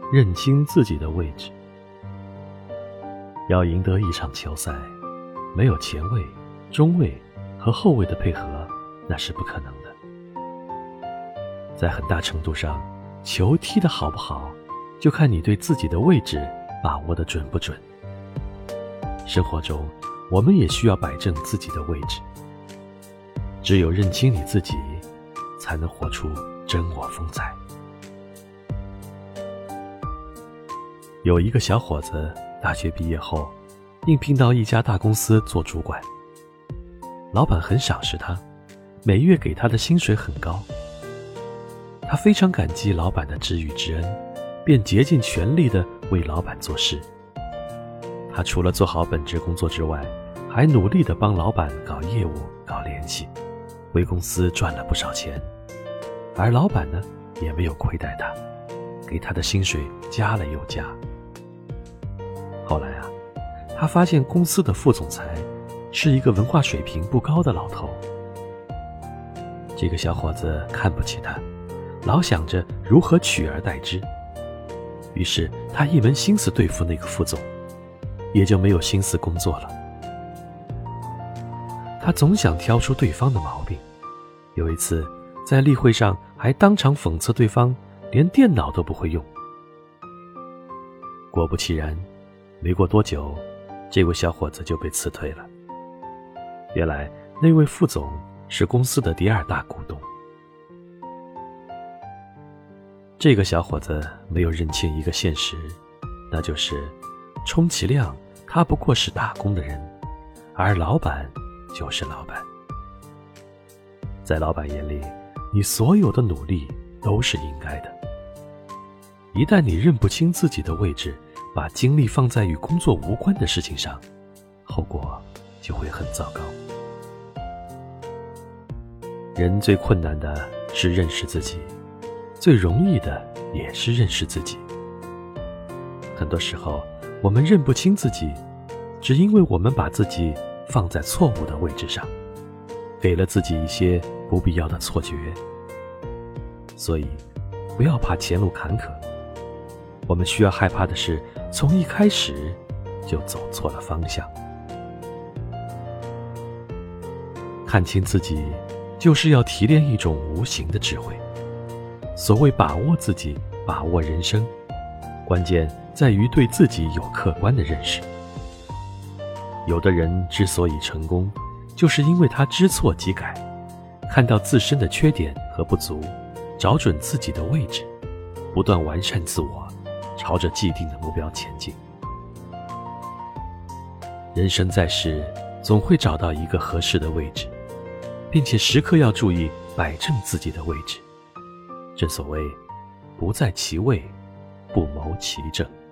认清自己的位置。要赢得一场球赛，没有前卫、中卫和后卫的配合，那是不可能的。在很大程度上，球踢得好不好，就看你对自己的位置把握得准不准。生活中，我们也需要摆正自己的位置。只有认清你自己，才能活出真我风采。有一个小伙子，大学毕业后，应聘到一家大公司做主管。老板很赏识他，每月给他的薪水很高。他非常感激老板的知遇之恩，便竭尽全力地为老板做事。他除了做好本职工作之外，还努力地帮老板搞业务、搞联系，为公司赚了不少钱。而老板呢，也没有亏待他，给他的薪水加了又加。后来啊，他发现公司的副总裁是一个文化水平不高的老头。这个小伙子看不起他，老想着如何取而代之。于是他一门心思对付那个副总，也就没有心思工作了。他总想挑出对方的毛病，有一次在例会上还当场讽刺对方连电脑都不会用。果不其然，没过多久，这位小伙子就被辞退了。原来那位副总是公司的第二大股东。这个小伙子没有认清一个现实，那就是充其量他不过是打工的人，而老板就是老板。在老板眼里，你所有的努力都是应该的。一旦你认不清自己的位置，把精力放在与工作无关的事情上，后果就会很糟糕。人最困难的是认识自己，最容易的也是认识自己。很多时候，我们认不清自己，只因为我们把自己放在错误的位置上，给了自己一些不必要的错觉。所以，不要怕前路坎坷，我们需要害怕的是，从一开始就走错了方向。看清自己，就是要提炼一种无形的智慧。所谓把握自己，把握人生，关键在于对自己有客观的认识。有的人之所以成功，就是因为他知错即改，看到自身的缺点和不足，找准自己的位置，不断完善自我，朝着既定的目标前进。人生在世，总会找到一个合适的位置，并且时刻要注意摆正自己的位置。正所谓，不在其位，不谋其政。